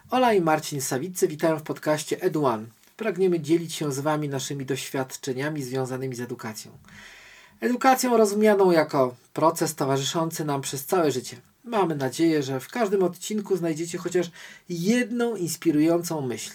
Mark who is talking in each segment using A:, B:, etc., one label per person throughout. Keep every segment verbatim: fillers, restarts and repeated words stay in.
A: Ola i Marcin Sawiccy witają w podcaście EduOne. Pragniemy dzielić się z Wami naszymi doświadczeniami związanymi z edukacją. Edukacją rozumianą jako proces towarzyszący nam przez całe życie. Mamy nadzieję, że w każdym odcinku znajdziecie chociaż jedną inspirującą myśl.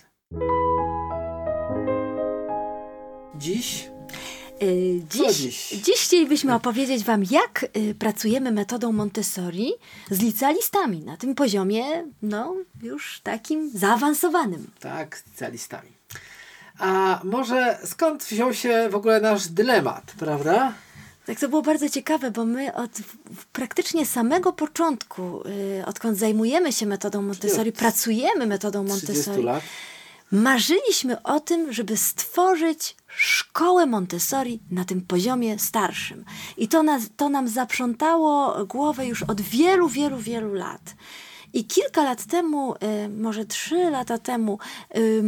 A: Dziś...
B: Yy, dziś, dziś? dziś chcielibyśmy opowiedzieć Wam, jak y, pracujemy metodą Montessori z licealistami na tym poziomie, no już takim zaawansowanym.
A: Tak, z licealistami. A może skąd wziął się w ogóle nasz dylemat, prawda?
B: Tak, to było bardzo ciekawe, bo my od w, praktycznie samego początku, y, odkąd zajmujemy się metodą Montessori, pracujemy metodą Montessori,
A: lat.
B: marzyliśmy o tym, żeby stworzyć szkołę Montessori na tym poziomie starszym. I to, nas, to nam zaprzątało głowę już od wielu, wielu, wielu lat. I kilka lat temu, y, może trzy lata temu, y,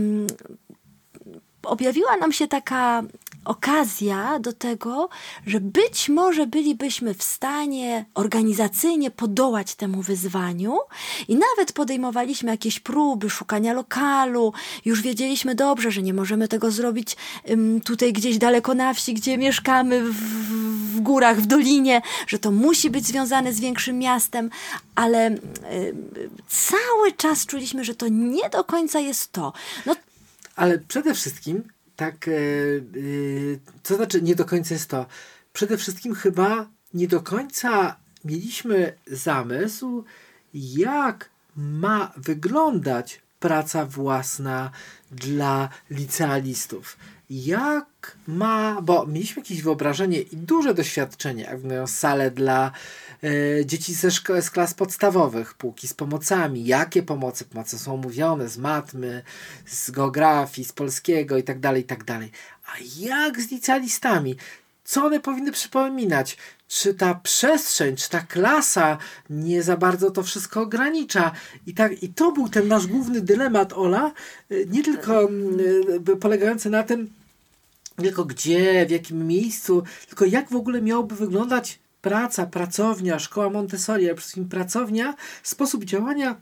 B: objawiła nam się taka okazja do tego, że być może bylibyśmy w stanie organizacyjnie podołać temu wyzwaniu i nawet podejmowaliśmy jakieś próby szukania lokalu. Już wiedzieliśmy dobrze, że nie możemy tego zrobić um, tutaj gdzieś daleko na wsi, gdzie mieszkamy w, w górach, w dolinie, że to musi być związane z większym miastem, ale um, cały czas czuliśmy, że to nie do końca jest to. No,
A: ale przede wszystkim tak, yy, yy, co znaczy nie do końca jest to? Przede wszystkim chyba nie do końca mieliśmy zamysł, jak ma wyglądać praca własna dla licealistów. Jak ma, bo mieliśmy jakieś wyobrażenie i duże doświadczenie, jak wyglądają sale dla e, dzieci ze szko- z klas podstawowych, półki z pomocami, jakie pomocy, pomocy są omówione z matmy, z geografii, z polskiego i tak dalej, i tak dalej. A jak z licealistami? Co one powinny przypominać? Czy ta przestrzeń, czy ta klasa nie za bardzo to wszystko ogranicza? I, tak, i to był ten nasz główny dylemat, Ola, nie tylko y, polegający na tym, nie tylko gdzie, w jakim miejscu, tylko jak w ogóle miałoby wyglądać praca, pracownia, szkoła Montessori, ale przede wszystkim pracownia, sposób działania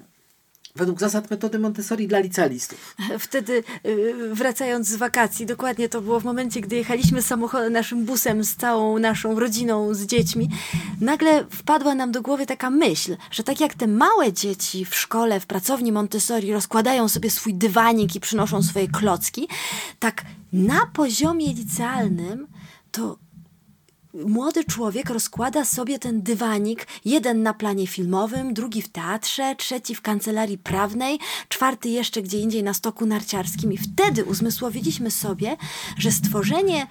A: według zasad metody Montessori dla licealistów.
B: Wtedy wracając z wakacji, dokładnie to było w momencie, gdy jechaliśmy samochodem, naszym busem z całą naszą rodziną, z dziećmi, nagle wpadła nam do głowy taka myśl, że tak jak te małe dzieci w szkole, w pracowni Montessori rozkładają sobie swój dywanik i przynoszą swoje klocki, tak na poziomie licealnym to młody człowiek rozkłada sobie ten dywanik, jeden na planie filmowym, drugi w teatrze, trzeci w kancelarii prawnej, czwarty jeszcze gdzie indziej na stoku narciarskim. I wtedy uzmysłowiliśmy sobie, że stworzenie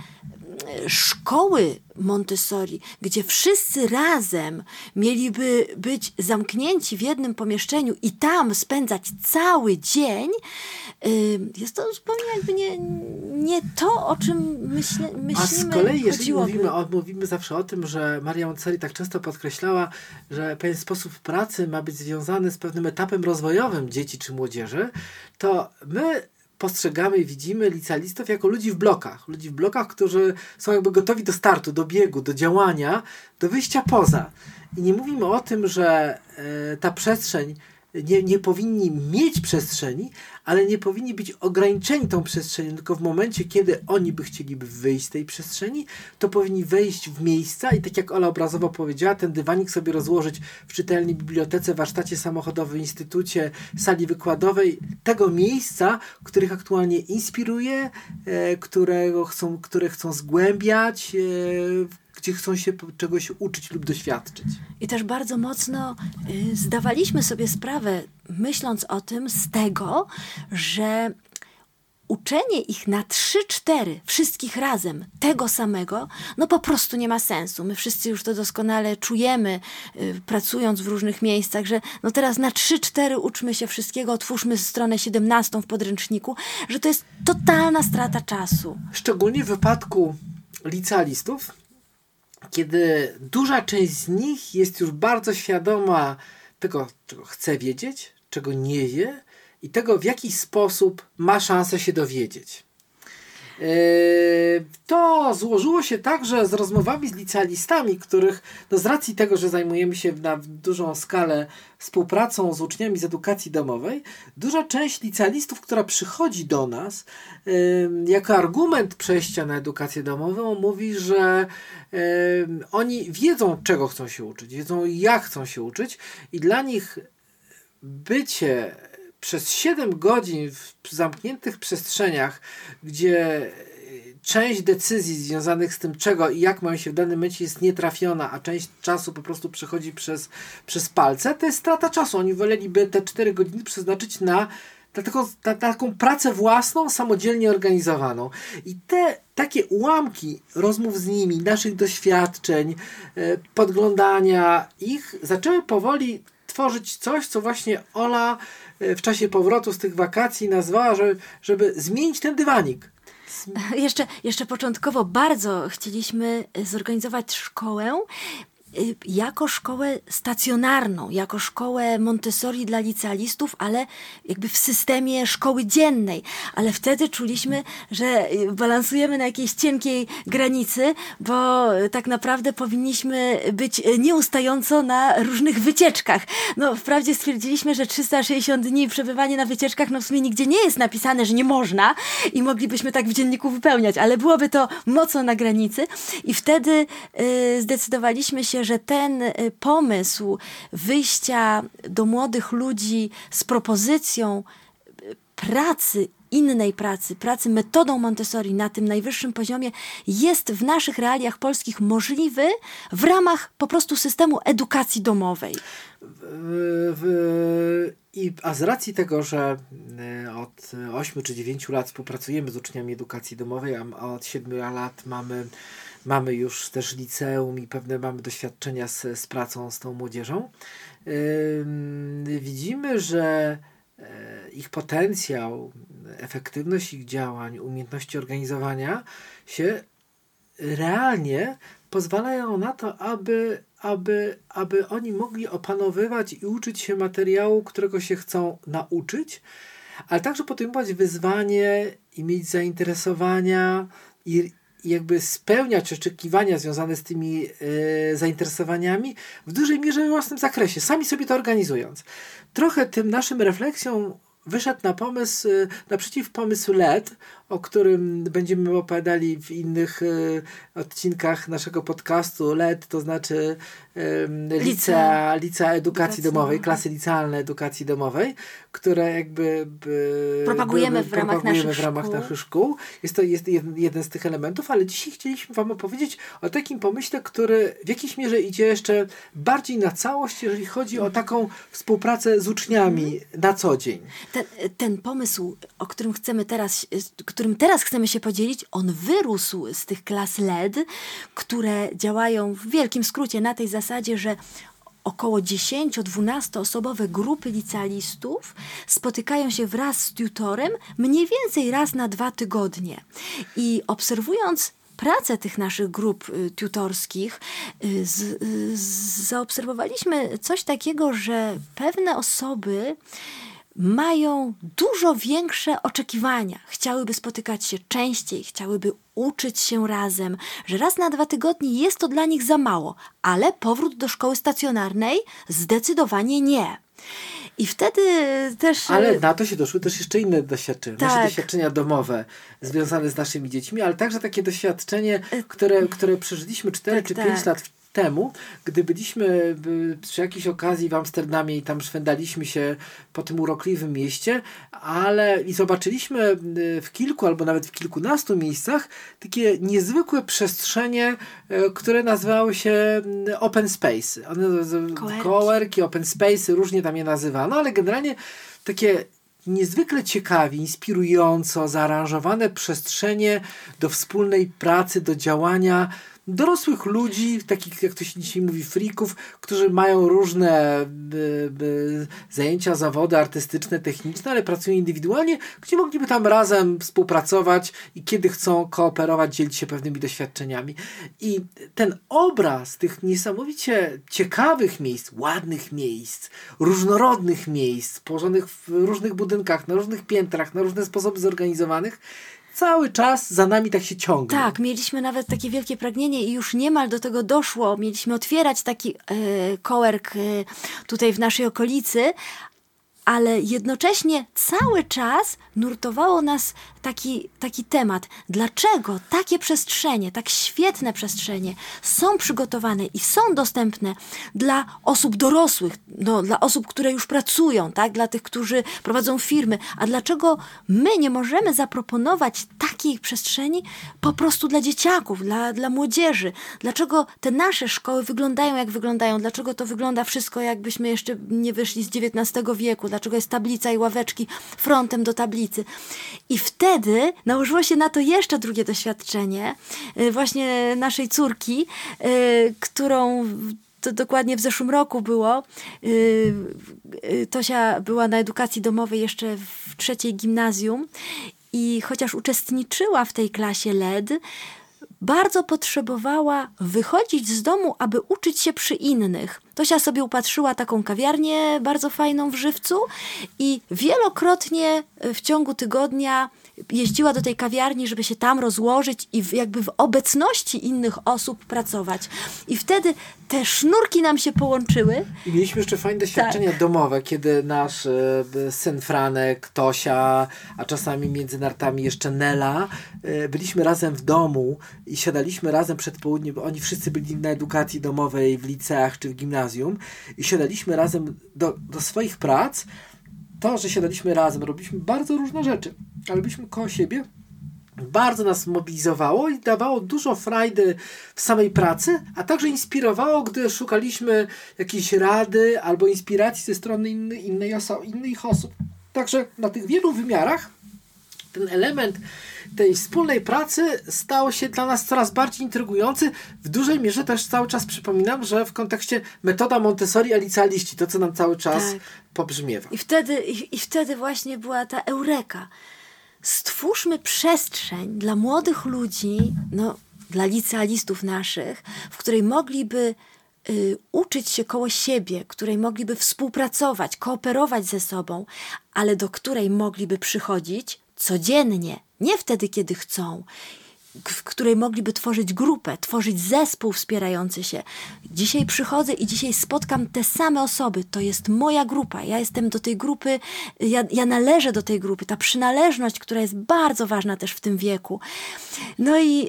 B: szkoły Montessori, gdzie wszyscy razem mieliby być zamknięci w jednym pomieszczeniu i tam spędzać cały dzień, jest to zupełnie jakby nie, nie to, o czym myśl, myślimy.
A: A z kolei, jeżeli mówimy, o, mówimy zawsze o tym, że Maria Montessori tak często podkreślała, że pewien sposób pracy ma być związany z pewnym etapem rozwojowym dzieci czy młodzieży, to my postrzegamy i widzimy licealistów jako ludzi w blokach. Ludzi w blokach, którzy są jakby gotowi do startu, do biegu, do działania, do wyjścia poza. I nie mówimy o tym, że e, ta przestrzeń, nie, nie powinni mieć przestrzeni, ale nie powinni być ograniczeni tą przestrzenią, tylko w momencie, kiedy oni by chcieliby wyjść z tej przestrzeni, to powinni wejść w miejsca i tak jak Ola obrazowo powiedziała, ten dywanik sobie rozłożyć w czytelni, bibliotece, warsztacie samochodowym, instytucie, sali wykładowej, tego miejsca, których aktualnie inspiruje, e, którego chcą, które chcą zgłębiać, e, gdzie chcą się czegoś uczyć lub doświadczyć.
B: I też bardzo mocno y, zdawaliśmy sobie sprawę, myśląc o tym, z tego, że uczenie ich na trzy, cztery, wszystkich razem, tego samego, no po prostu nie ma sensu. My wszyscy już to doskonale czujemy, y, pracując w różnych miejscach, że no teraz na trzy, cztery uczmy się wszystkiego, otwórzmy stronę siedemnastą w podręczniku, że to jest totalna strata czasu.
A: Szczególnie w wypadku licealistów, kiedy duża część z nich jest już bardzo świadoma tego, czego chce wiedzieć, czego nie wie i tego, w jaki sposób ma szansę się dowiedzieć. To złożyło się także z rozmowami z licealistami, których no z racji tego, że zajmujemy się na dużą skalę współpracą z uczniami z edukacji domowej, duża część licealistów, która przychodzi do nas jako argument przejścia na edukację domową, mówi, że oni wiedzą, czego chcą się uczyć, wiedzą, jak chcą się uczyć i dla nich bycie przez siedem godzin w zamkniętych przestrzeniach, gdzie część decyzji związanych z tym, czego i jak mają się w danym momencie jest nietrafiona, a część czasu po prostu przechodzi przez, przez palce, to jest strata czasu. Oni woleliby te cztery godziny przeznaczyć na, na, taką, na taką pracę własną, samodzielnie organizowaną. I te takie ułamki rozmów z nimi, naszych doświadczeń, podglądania ich, zaczęły powoli tworzyć coś, co właśnie Ola w czasie powrotu z tych wakacji nazwała, żeby, żeby zmienić ten dywanik.
B: Jeszcze, jeszcze początkowo bardzo chcieliśmy zorganizować szkołę jako szkołę stacjonarną, jako szkołę Montessori dla licealistów, ale jakby w systemie szkoły dziennej. Ale wtedy czuliśmy, że balansujemy na jakiejś cienkiej granicy, bo tak naprawdę powinniśmy być nieustająco na różnych wycieczkach. No wprawdzie stwierdziliśmy, że trzysta sześćdziesiąt dni przebywanie na wycieczkach, no w sumie nigdzie nie jest napisane, że nie można i moglibyśmy tak w dzienniku wypełniać, ale byłoby to mocno na granicy i wtedy y, zdecydowaliśmy się, że ten pomysł wyjścia do młodych ludzi z propozycją pracy, innej pracy, pracy metodą Montessori na tym najwyższym poziomie jest w naszych realiach polskich możliwy w ramach po prostu systemu edukacji domowej.
A: W, w, i, a z racji tego, że od ośmiu czy dziewięciu lat współpracujemy z uczniami edukacji domowej, a od siedmiu lat mamy Mamy już też liceum i pewne mamy doświadczenia z, z pracą z tą młodzieżą. Yy, widzimy, że yy, ich potencjał, efektywność ich działań, umiejętności organizowania się realnie pozwalają na to, aby, aby, aby oni mogli opanowywać i uczyć się materiału, którego się chcą nauczyć, ale także podejmować wyzwanie i mieć zainteresowania i i jakby spełniać oczekiwania związane z tymi y, zainteresowaniami w dużej mierze w własnym zakresie, sami sobie to organizując. Trochę tym naszym refleksjom wyszedł na pomysł, y, naprzeciw pomysł L E D, o którym będziemy opowiadali w innych y, odcinkach naszego podcastu. L E D to znaczy y, licea, licea edukacji domowej, klasy licealne edukacji domowej, które jakby by,
B: propagujemy,
A: by,
B: w, ramach
A: propagujemy
B: naszych
A: w ramach
B: szkół.
A: naszych szkół. Jest to jest jeden, jeden z tych elementów, ale dzisiaj chcieliśmy wam opowiedzieć o takim pomyśle, który w jakiejś mierze idzie jeszcze bardziej na całość, jeżeli chodzi o taką współpracę z uczniami mm. na co dzień.
B: Ten, ten pomysł, o którym chcemy teraz, którym teraz chcemy się podzielić, on wyrósł z tych klas L E D, które działają w wielkim skrócie na tej zasadzie, że około dziesięcio-dwunastoosobowe grupy licealistów spotykają się wraz z tutorem mniej więcej raz na dwa tygodnie. I obserwując pracę tych naszych grup y, tutorskich, y, z, y, zaobserwowaliśmy coś takiego, że pewne osoby mają dużo większe oczekiwania. Chciałyby spotykać się częściej, chciałyby uczyć się razem, że raz na dwa tygodnie jest to dla nich za mało, ale powrót do szkoły stacjonarnej zdecydowanie nie. I wtedy też...
A: Ale na to się doszły też jeszcze inne doświadczenia.
B: Tak.
A: Nasze doświadczenia domowe związane z naszymi dziećmi, ale także takie doświadczenie, które, które przeżyliśmy cztery
B: tak,
A: czy
B: tak.
A: pięć lat temu, gdy byliśmy przy jakiejś okazji w Amsterdamie i tam szwendaliśmy się po tym urokliwym mieście, ale i zobaczyliśmy w kilku albo nawet w kilkunastu miejscach takie niezwykłe przestrzenie, które nazywały się open space. One, coworki, open space, różnie tam je nazywano, ale generalnie takie niezwykle ciekawie, inspirująco zaaranżowane przestrzenie do wspólnej pracy, do działania dorosłych ludzi, takich jak to się dzisiaj mówi freaków, którzy mają różne by, by, zajęcia, zawody artystyczne, techniczne, ale pracują indywidualnie, gdzie mogliby tam razem współpracować i kiedy chcą kooperować, dzielić się pewnymi doświadczeniami. I ten obraz tych niesamowicie ciekawych miejsc, ładnych miejsc, różnorodnych miejsc, położonych w różnych budynkach, na różnych piętrach, na różne sposoby zorganizowanych, cały czas za nami tak się ciągnie.
B: Tak, mieliśmy nawet takie wielkie pragnienie i już niemal do tego doszło. Mieliśmy otwierać taki e, cowork e, tutaj w naszej okolicy, ale jednocześnie cały czas nurtowało nas taki, taki temat. Dlaczego takie przestrzenie, tak świetne przestrzenie są przygotowane i są dostępne dla osób dorosłych, no, dla osób, które już pracują, tak? Dla tych, którzy prowadzą firmy. A dlaczego my nie możemy zaproponować takiej przestrzeni po prostu dla dzieciaków, dla, dla młodzieży? Dlaczego te nasze szkoły wyglądają jak wyglądają? Dlaczego to wygląda wszystko, jakbyśmy jeszcze nie wyszli z dziewiętnastego wieku? Dlaczego jest tablica i ławeczki frontem do tablicy? I wtedy nałożyło się na to jeszcze drugie doświadczenie właśnie naszej córki, którą to dokładnie w zeszłym roku było. Tosia była na edukacji domowej jeszcze w trzeciej gimnazjum i chociaż uczestniczyła w tej klasie L E D, bardzo potrzebowała wychodzić z domu, aby uczyć się przy innych. Tosia sobie upatrzyła taką kawiarnię bardzo fajną w Żywcu i wielokrotnie w ciągu tygodnia jeździła do tej kawiarni, żeby się tam rozłożyć i w, jakby w obecności innych osób pracować. I wtedy te sznurki nam się połączyły.
A: I mieliśmy jeszcze fajne doświadczenia tak. domowe, kiedy nasz e, syn Franek, Tosia, a czasami między nartami jeszcze Nela, e, byliśmy razem w domu i siadaliśmy razem przed południem, bo oni wszyscy byli na edukacji domowej w liceach czy w gimnazjum i siadaliśmy razem do, do swoich prac. To, że siadaliśmy razem, robiliśmy bardzo różne rzeczy, ale byliśmy koło siebie, bardzo nas mobilizowało i dawało dużo frajdy w samej pracy, a także inspirowało, gdy szukaliśmy jakiejś rady albo inspiracji ze strony inny, innej oso- innych osób. Także na tych wielu wymiarach ten element tej wspólnej pracy stał się dla nas coraz bardziej intrygujący. W dużej mierze też cały czas przypominam, że w kontekście metoda Montessori a licealiści, to co nam cały czas tak. pobrzmiewa.
B: I wtedy, i, i wtedy właśnie była ta eureka. Stwórzmy przestrzeń dla młodych ludzi, no, dla licealistów naszych, w której mogliby y, uczyć się koło siebie, której mogliby współpracować, kooperować ze sobą, ale do której mogliby przychodzić codziennie, nie wtedy, kiedy chcą, w której mogliby tworzyć grupę, tworzyć zespół wspierający się. Dzisiaj przychodzę i dzisiaj spotkam te same osoby. To jest moja grupa. Ja jestem do tej grupy, ja, ja należę do tej grupy. Ta przynależność, która jest bardzo ważna też w tym wieku. No i,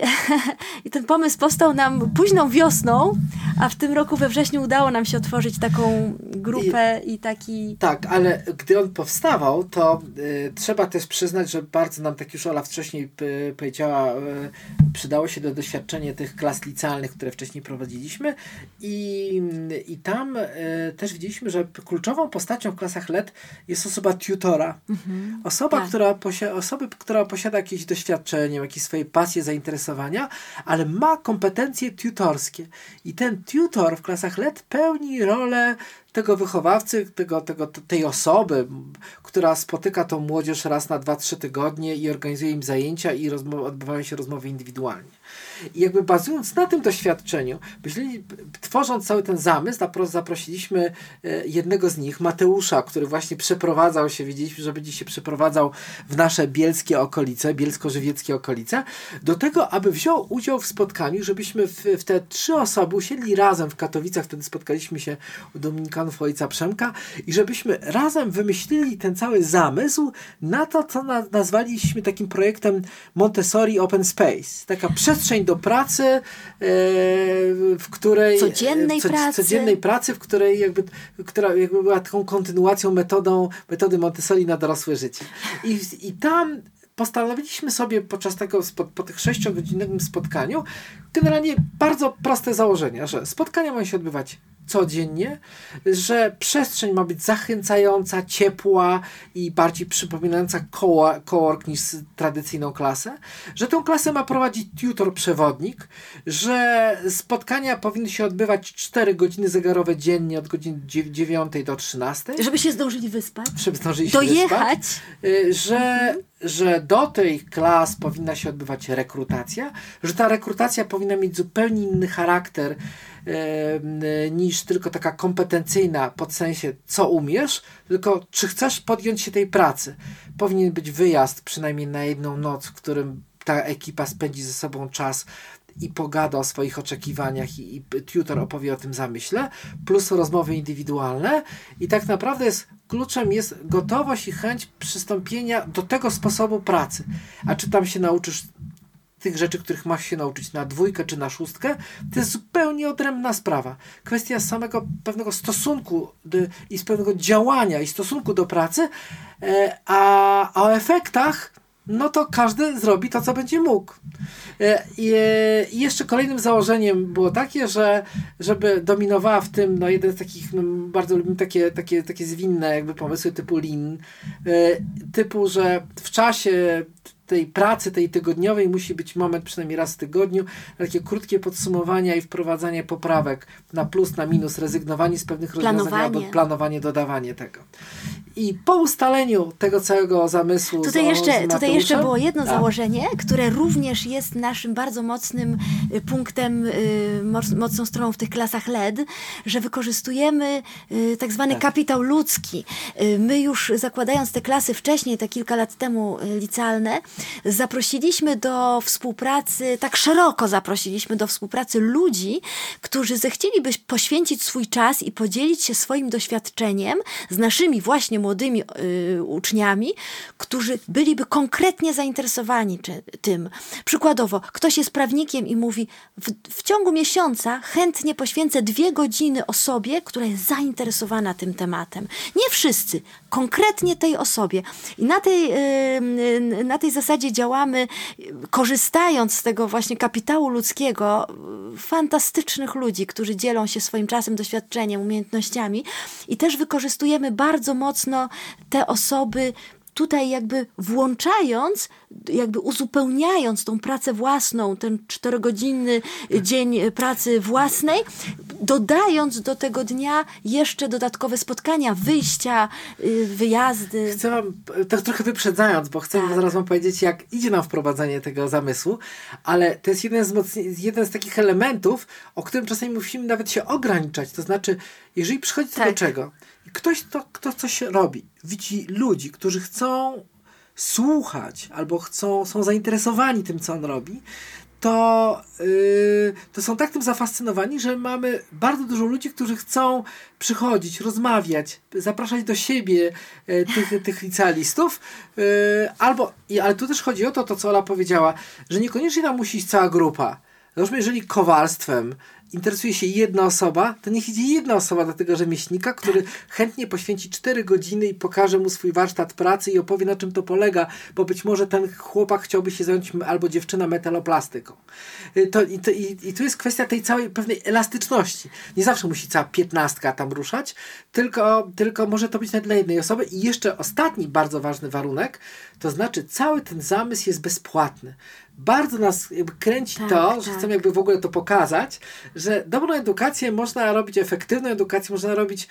B: i ten pomysł powstał nam późną wiosną, a w tym roku we wrześniu udało nam się otworzyć taką grupę i, i taki...
A: Tak, ale gdy on powstawał, to y, trzeba też przyznać, że bardzo nam, tak już Ola wcześniej y, powiedziała, y, przydało się do doświadczenia tych klas licealnych, które wcześniej prowadziliśmy i, i tam y, też widzieliśmy, że kluczową postacią w klasach L E D jest osoba tutora. Mhm. Osoba, tak. która posi- osoby, która posiada jakieś doświadczenie, jakieś swoje pasje, zainteresowania, ale ma kompetencje tutorskie. I ten tutor w klasach L E D pełni rolę tego wychowawcy, tego, tego, tej osoby, która spotyka tą młodzież raz na dwa, trzy tygodnie i organizuje im zajęcia i rozmo- odbywają się rozmowy indywidualnie. I jakby bazując na tym doświadczeniu, myśleli, tworząc cały ten zamysł, zaprosiliśmy jednego z nich, Mateusza, który właśnie przeprowadzał się, wiedzieliśmy, że będzie się przeprowadzał w nasze bielskie okolice, bielsko-żywieckie okolice, do tego, aby wziął udział w spotkaniu, żebyśmy w, w te trzy osoby usiedli razem w Katowicach, wtedy spotkaliśmy się u Dominikanów ojca Przemka i żebyśmy razem wymyślili ten cały zamysł na to, co na, nazwaliśmy takim projektem Montessori Open Space. Taka przestrzeń do pracy, e, w której...
B: Codziennej
A: co,
B: pracy.
A: Codziennej pracy, w której jakby, która jakby była taką kontynuacją metodą, metody Montessori na dorosłe życie. I, i tam postanowiliśmy sobie podczas tego, po tych sześciogodzinnym spotkaniu generalnie bardzo proste założenia, że spotkania mają się odbywać codziennie, że przestrzeń ma być zachęcająca, ciepła i bardziej przypominająca cowork niż tradycyjną klasę, że tę klasę ma prowadzić tutor-przewodnik, że spotkania powinny się odbywać cztery godziny zegarowe dziennie od godziny dziewiątej do trzynastej.
B: Żeby się zdążyli wyspać.
A: Żeby zdążyli się
B: dojechać.
A: wyspać. Że że do tych klas powinna się odbywać rekrutacja, że ta rekrutacja powinna mieć zupełnie inny charakter e, niż tylko taka kompetencyjna pod sensie co umiesz, tylko czy chcesz podjąć się tej pracy. Powinien być wyjazd przynajmniej na jedną noc, w którym ta ekipa spędzi ze sobą czas i pogada o swoich oczekiwaniach i, i tutor opowie o tym zamyśle, plus rozmowy indywidualne i tak naprawdę jest, kluczem jest gotowość i chęć przystąpienia do tego sposobu pracy. A czy tam się nauczysz tych rzeczy, których masz się nauczyć na dwójkę czy na szóstkę, to jest zupełnie odrębna sprawa. Kwestia samego pewnego stosunku do, i z pewnego działania i stosunku do pracy, e, a, a o efektach no to każdy zrobi to, co będzie mógł. I jeszcze kolejnym założeniem było takie, że żeby dominowała w tym, no jeden z takich, no bardzo lubimy takie, takie, takie zwinne jakby pomysły typu lean, typu, że w czasie tej pracy, tej tygodniowej musi być moment przynajmniej raz w tygodniu, takie krótkie podsumowania i wprowadzanie poprawek na plus, na minus, rezygnowanie z pewnych rozwiązań albo planowanie, dodawanie tego. I po ustaleniu tego całego zamysłu
B: tutaj jeszcze, tutaj jeszcze było jedno a. założenie, które również jest naszym bardzo mocnym punktem, mocną stroną w tych klasach L E D, że wykorzystujemy tak zwany tak. kapitał ludzki. My już zakładając te klasy wcześniej, te kilka lat temu licealne, zaprosiliśmy do współpracy, tak szeroko zaprosiliśmy do współpracy ludzi, którzy zechcieliby poświęcić swój czas i podzielić się swoim doświadczeniem z naszymi właśnie młodymi y, uczniami, którzy byliby konkretnie zainteresowani czy, tym. Przykładowo, ktoś jest prawnikiem i mówi, w, w ciągu miesiąca chętnie poświęcę dwie godziny osobie, która jest zainteresowana tym tematem. Nie wszyscy, konkretnie tej osobie. I na tej, y, na tej zasadzie działamy, korzystając z tego właśnie kapitału ludzkiego, fantastycznych ludzi, którzy dzielą się swoim czasem, doświadczeniem, umiejętnościami i też wykorzystujemy bardzo mocno te osoby tutaj jakby włączając, jakby uzupełniając tą pracę własną, ten czterogodzinny dzień pracy własnej, dodając do tego dnia jeszcze dodatkowe spotkania, wyjścia, wyjazdy.
A: Chcę wam, tak trochę wyprzedzając, bo chcę tak. zaraz wam powiedzieć, jak idzie nam wprowadzenie tego zamysłu, ale to jest jeden z, mocni- jeden z takich elementów, o którym czasami musimy nawet się ograniczać. To znaczy, jeżeli przychodzi tak. do czego, ktoś, to, kto coś robi, widzi ludzi, którzy chcą słuchać albo chcą, są zainteresowani tym, co on robi, to, yy, to są tak tym zafascynowani, że mamy bardzo dużo ludzi, którzy chcą przychodzić, rozmawiać, zapraszać do siebie yy, tych, tych licealistów. Yy, albo, i, ale tu też chodzi o to, to, co Ola powiedziała, że niekoniecznie nam musi iść cała grupa. Załóżmy, jeżeli kowalstwem interesuje się jedna osoba, to niech idzie jedna osoba do tego rzemieślnika, który tak. chętnie poświęci cztery godziny i pokaże mu swój warsztat pracy i opowie, na czym to polega, bo być może ten chłopak chciałby się zająć albo dziewczyna metaloplastyką. To, i, to, i, I tu jest kwestia tej całej pewnej elastyczności. Nie zawsze musi cała piętnastka tam ruszać, tylko, tylko może to być nawet dla jednej osoby. I jeszcze ostatni bardzo ważny warunek, to znaczy cały ten zamysł jest bezpłatny. Bardzo nas jakby kręci tak, to, tak. że chcemy jakby w ogóle to pokazać, że dobrą edukację można robić, efektywną edukację można robić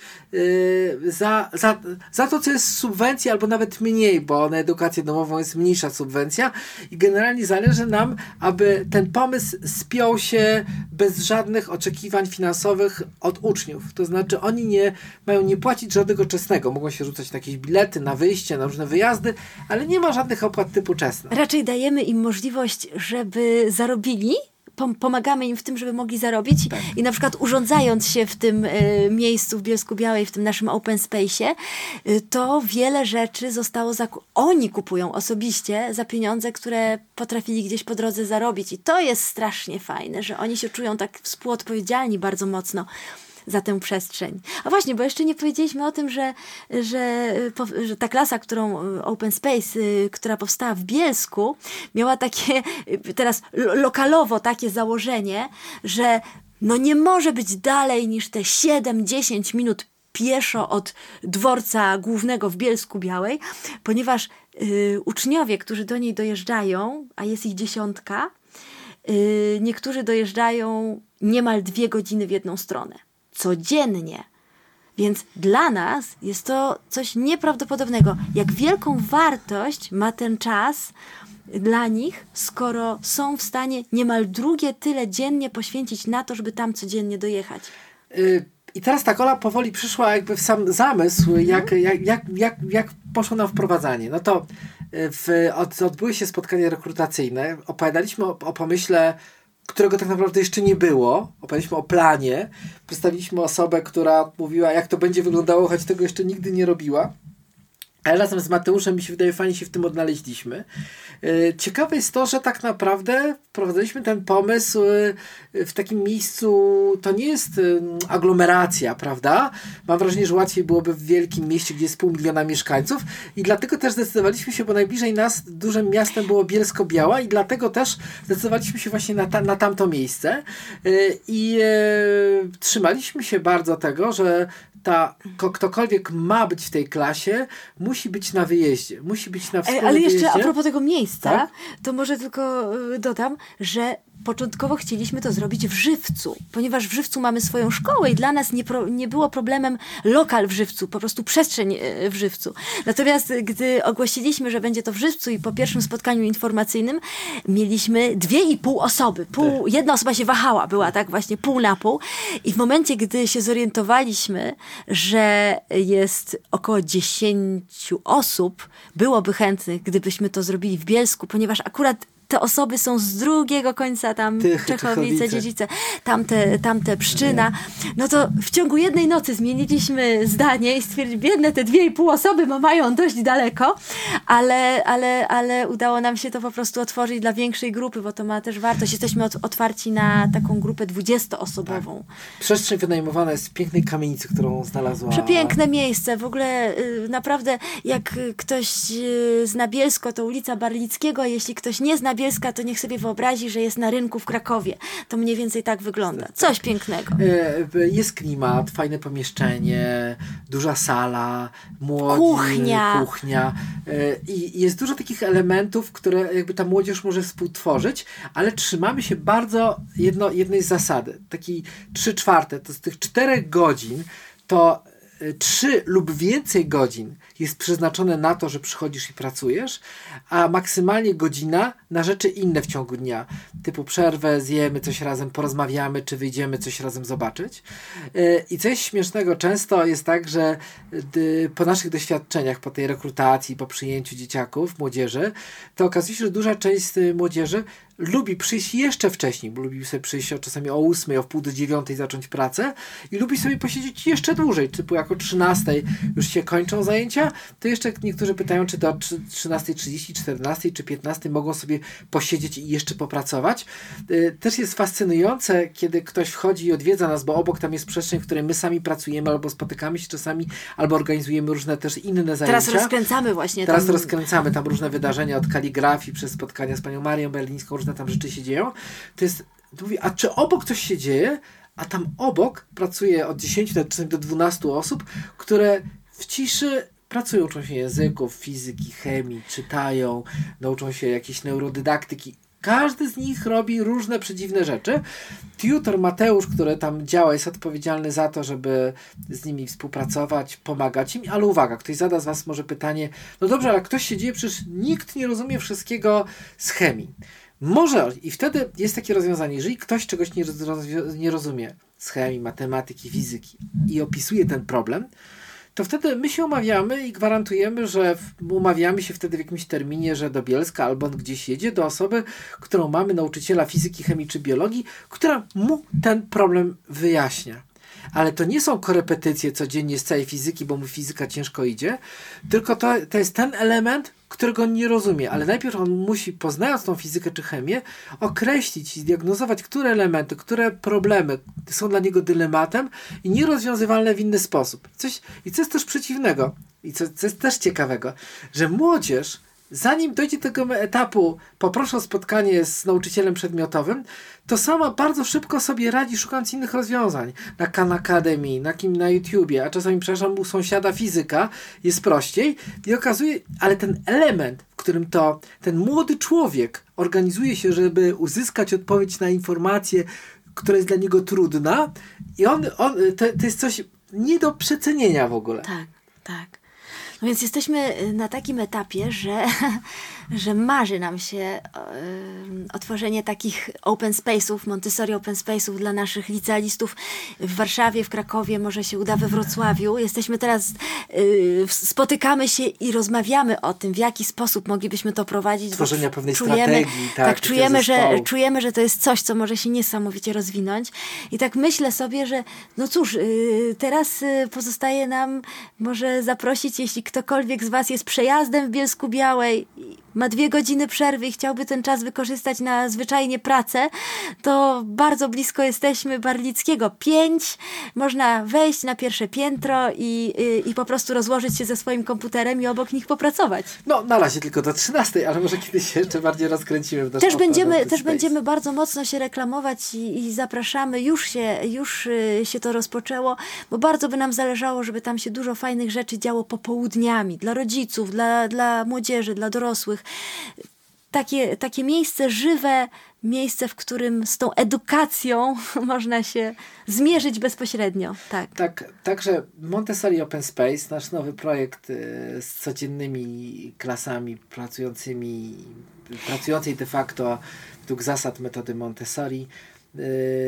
A: yy, za, za, za to, co jest z subwencji, albo nawet mniej, bo na edukację domową jest mniejsza subwencja i generalnie zależy nam, aby ten pomysł spiął się bez żadnych oczekiwań finansowych od uczniów. To znaczy oni nie mają nie płacić żadnego czesnego. Mogą się rzucać na jakieś bilety, na wyjście, na różne wyjazdy, ale nie ma żadnych opłat typu czesne.
B: Raczej dajemy im możliwość, żeby zarobili, pomagamy im w tym, żeby mogli zarobić tak. i na przykład urządzając się w tym y, miejscu w Bielsku-Białej, w tym naszym open space'ie, y, to wiele rzeczy zostało zaku- oni kupują osobiście za pieniądze, które potrafili gdzieś po drodze zarobić i to jest strasznie fajne, że oni się czują tak współodpowiedzialni bardzo mocno za tę przestrzeń. A właśnie, bo jeszcze nie powiedzieliśmy o tym, że, że, że ta klasa, którą Open Space, która powstała w Bielsku, miała takie, teraz lokalowo takie założenie, że no nie może być dalej niż te siedem dziesięć minut pieszo od dworca głównego w Bielsku-Białej, ponieważ y, uczniowie, którzy do niej dojeżdżają, a jest ich dziesiątka, y, niektórzy dojeżdżają niemal dwie godziny w jedną stronę. Codziennie. Więc dla nas jest to coś nieprawdopodobnego. Jak wielką wartość ma ten czas dla nich, skoro są w stanie niemal drugie tyle dziennie poświęcić na to, żeby tam codziennie dojechać.
A: Y- I teraz tak, Ola powoli przyszła jakby w sam zamysł, jak, jak, jak, jak, jak poszło nam wprowadzanie. No to w, od, odbyły się spotkania rekrutacyjne, opowiadaliśmy o, o pomyśle, którego tak naprawdę jeszcze nie było, opowiadaliśmy o planie, przedstawiliśmy osobę, która mówiła, jak to będzie wyglądało, choć tego jeszcze nigdy nie robiła. Ale razem z Mateuszem, mi się wydaje, fajnie się w tym odnaleźliśmy. Ciekawe jest to, że tak naprawdę wprowadziliśmy ten pomysł w takim miejscu, to nie jest aglomeracja, prawda? Mam wrażenie, że łatwiej byłoby w wielkim mieście, gdzie jest pół miliona mieszkańców i dlatego też zdecydowaliśmy się, bo najbliżej nas dużym miastem było Bielsko-Biała i dlatego też zdecydowaliśmy się właśnie na, ta, na tamto miejsce i e, trzymaliśmy się bardzo tego, że ta, ktokolwiek ma być w tej klasie, musi być na wyjeździe. Musi być na wspólnym
B: Ale jeszcze
A: wyjeździe.
B: a propos tego miejsca,
A: tak?
B: to może tylko dodam, że początkowo chcieliśmy to zrobić w Żywcu, ponieważ w Żywcu mamy swoją szkołę i dla nas nie, pro, nie było problemem lokal w Żywcu, po prostu przestrzeń w Żywcu. Natomiast gdy ogłosiliśmy, że będzie to w Żywcu i po pierwszym spotkaniu informacyjnym mieliśmy dwie i pół osoby. Pół, jedna osoba się wahała, była tak właśnie pół na pół i w momencie, gdy się zorientowaliśmy, że jest około dziesięciu osób, byłoby chętnych, gdybyśmy to zrobili w Bielsku, ponieważ akurat te osoby są z drugiego końca, tam
A: Tychy,
B: Czechowice, Dziedzice, tamte, tamte Pszczyna. No to w ciągu jednej nocy zmieniliśmy zdanie i stwierdziliśmy, biedne te dwie i pół osoby, bo mają dość daleko, ale, ale, ale udało nam się to po prostu otworzyć dla większej grupy, bo to ma też wartość. Jesteśmy ot- otwarci na taką grupę dwudziestoosobową.
A: Tak. Przestrzeń wynajmowana jest z pięknej kamienicy, którą znalazła.
B: Przepiękne miejsce. W ogóle y, naprawdę jak ktoś y, zna Bielsko, to ulica Barlickiego, a jeśli ktoś nie zna Bielska, to niech sobie wyobrazi, że jest na rynku w Krakowie. To mniej więcej tak wygląda. Coś pięknego.
A: Jest klimat, fajne pomieszczenie, duża sala, młodzi,
B: kuchnia.
A: kuchnia. I jest dużo takich elementów, które jakby ta młodzież może współtworzyć, ale trzymamy się bardzo jedno, jednej zasady. Takiej trzy czwarte, to z tych czterech godzin to trzy lub więcej godzin jest przeznaczone na to, że przychodzisz i pracujesz, a maksymalnie godzina na rzeczy inne w ciągu dnia. Typu przerwę, zjemy coś razem, porozmawiamy, czy wyjdziemy coś razem zobaczyć. I coś śmiesznego często jest tak, że po naszych doświadczeniach, po tej rekrutacji, po przyjęciu dzieciaków, młodzieży, to okazuje się, że duża część z młodzieży lubi przyjść jeszcze wcześniej, bo lubi sobie przyjść o, czasami o ósmej, o wpół do dziewiątej zacząć pracę i lubi sobie posiedzieć jeszcze dłużej, typu jak o trzynastej już się kończą zajęcia, to jeszcze niektórzy pytają, czy do trzynastej trzydzieści, czternastej czy piętnastej mogą sobie posiedzieć i jeszcze popracować. Też jest fascynujące, kiedy ktoś wchodzi i odwiedza nas, bo obok tam jest przestrzeń, w której my sami pracujemy, albo spotykamy się czasami, albo organizujemy różne też inne zajęcia.
B: Teraz rozkręcamy właśnie.
A: Teraz
B: tam...
A: rozkręcamy tam różne wydarzenia, od kaligrafii przez spotkania z panią Marią Berlińską, różne tam rzeczy się dzieją. To jest, to mówi, a czy obok coś się dzieje? A tam obok pracuje od dziesięciu czasami do dwunastu osób, które w ciszy pracują, uczą się języków, fizyki, chemii, czytają, nauczą się jakiejś neurodydaktyki. Każdy z nich robi różne przedziwne rzeczy. Tutor Mateusz, który tam działa, jest odpowiedzialny za to, żeby z nimi współpracować, pomagać im, ale uwaga, ktoś zada z was może pytanie, no dobrze, ale ktoś się dzieje, przecież nikt nie rozumie wszystkiego z chemii. Może, i wtedy jest takie rozwiązanie, jeżeli ktoś czegoś nie, roz- nie rozumie z chemii, matematyki, fizyki i opisuje ten problem, to wtedy my się umawiamy i gwarantujemy, że w, umawiamy się wtedy w jakimś terminie, że do Bielska albo on gdzieś jedzie do osoby, którą mamy, nauczyciela fizyki, chemii czy biologii, która mu ten problem wyjaśnia. Ale to nie są korepetycje codziennie z całej fizyki, bo mu fizyka ciężko idzie, tylko to, to jest ten element, którego on nie rozumie, ale najpierw on musi, poznając tą fizykę czy chemię, określić i zdiagnozować, które elementy, które problemy są dla niego dylematem i nierozwiązywalne w inny sposób. Coś, i co jest też przeciwnego, i co, co jest też ciekawego, że młodzież, zanim dojdzie do tego etapu, poproszę o spotkanie z nauczycielem przedmiotowym, to sama bardzo szybko sobie radzi, szukając innych rozwiązań. Na Khan Academy, na kim na YouTubie, a czasami, przepraszam, u sąsiada fizyka jest prościej i okazuje, ale ten element, w którym to ten młody człowiek organizuje się, żeby uzyskać odpowiedź na informację, która jest dla niego trudna i on, on to, to jest coś nie do przecenienia w ogóle.
B: Tak, tak. No więc jesteśmy na takim etapie, że, że marzy nam się y, otworzenie takich open space'ów, Montessori open space'ów dla naszych licealistów w Warszawie, w Krakowie, może się uda we Wrocławiu. Jesteśmy teraz, y, spotykamy się i rozmawiamy o tym, w jaki sposób moglibyśmy to prowadzić.
A: Tworzenia pewnej
B: czujemy,
A: strategii. Tak,
B: tak czujemy, że, czujemy, że to jest coś, co może się niesamowicie rozwinąć. I tak myślę sobie, że no cóż, y, teraz y, pozostaje nam może zaprosić, jeśli ktokolwiek z was jest przejazdem w Bielsku Białej, ma dwie godziny przerwy i chciałby ten czas wykorzystać na zwyczajnie pracę, to bardzo blisko jesteśmy Barlickiego pięć. Można wejść na pierwsze piętro i, i, i po prostu rozłożyć się ze swoim komputerem i obok nich popracować.
A: No, na razie tylko do trzynastej, ale może kiedyś się jeszcze bardziej rozkręcimy. W
B: też będziemy, też będziemy bardzo mocno się reklamować i, i zapraszamy. Już się, już się to rozpoczęło, bo bardzo by nam zależało, żeby tam się dużo fajnych rzeczy działo popołudniami. Dla rodziców, dla, dla młodzieży, dla dorosłych. Takie, takie miejsce żywe, miejsce, w którym z tą edukacją można się zmierzyć bezpośrednio. Tak,
A: tak także Montessori Open Space, nasz nowy projekt y, z codziennymi klasami pracującymi, pracującej de facto według zasad metody Montessori. Yy,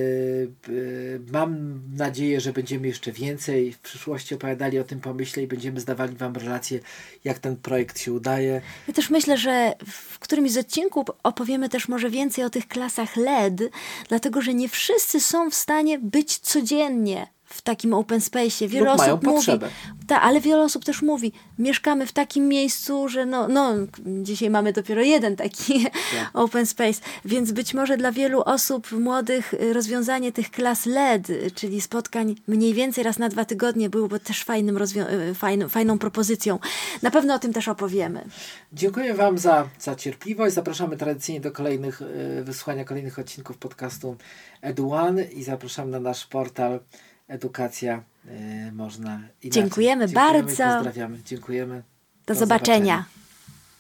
A: yy, mam nadzieję, że będziemy jeszcze więcej w przyszłości opowiadali o tym pomyśle i będziemy zdawali wam relacje, jak ten projekt się udaje.
B: Ja też myślę, że w którymś z odcinków opowiemy też może więcej o tych klasach L E D, dlatego że nie wszyscy są w stanie być codziennie w takim open space'ie. Wiele
A: Lub
B: osób
A: mają
B: mówi,
A: potrzebę.
B: Ta, ale wiele osób też mówi, mieszkamy w takim miejscu, że no, no dzisiaj mamy dopiero jeden taki tak. open space, więc być może dla wielu osób młodych rozwiązanie tych klas L E D, czyli spotkań mniej więcej raz na dwa tygodnie byłoby też fajnym rozwią- fajną, fajną propozycją. Na pewno o tym też opowiemy.
A: Dziękuję wam za, za cierpliwość. Zapraszamy tradycyjnie do kolejnych y, wysłuchania kolejnych odcinków podcastu EduOne i zapraszam na nasz portal Edukacja y, można inaczej.
B: Dziękujemy,
A: Dziękujemy
B: bardzo.
A: Pozdrawiamy. Dziękujemy.
B: Do, do
A: zobaczenia.
B: zobaczenia.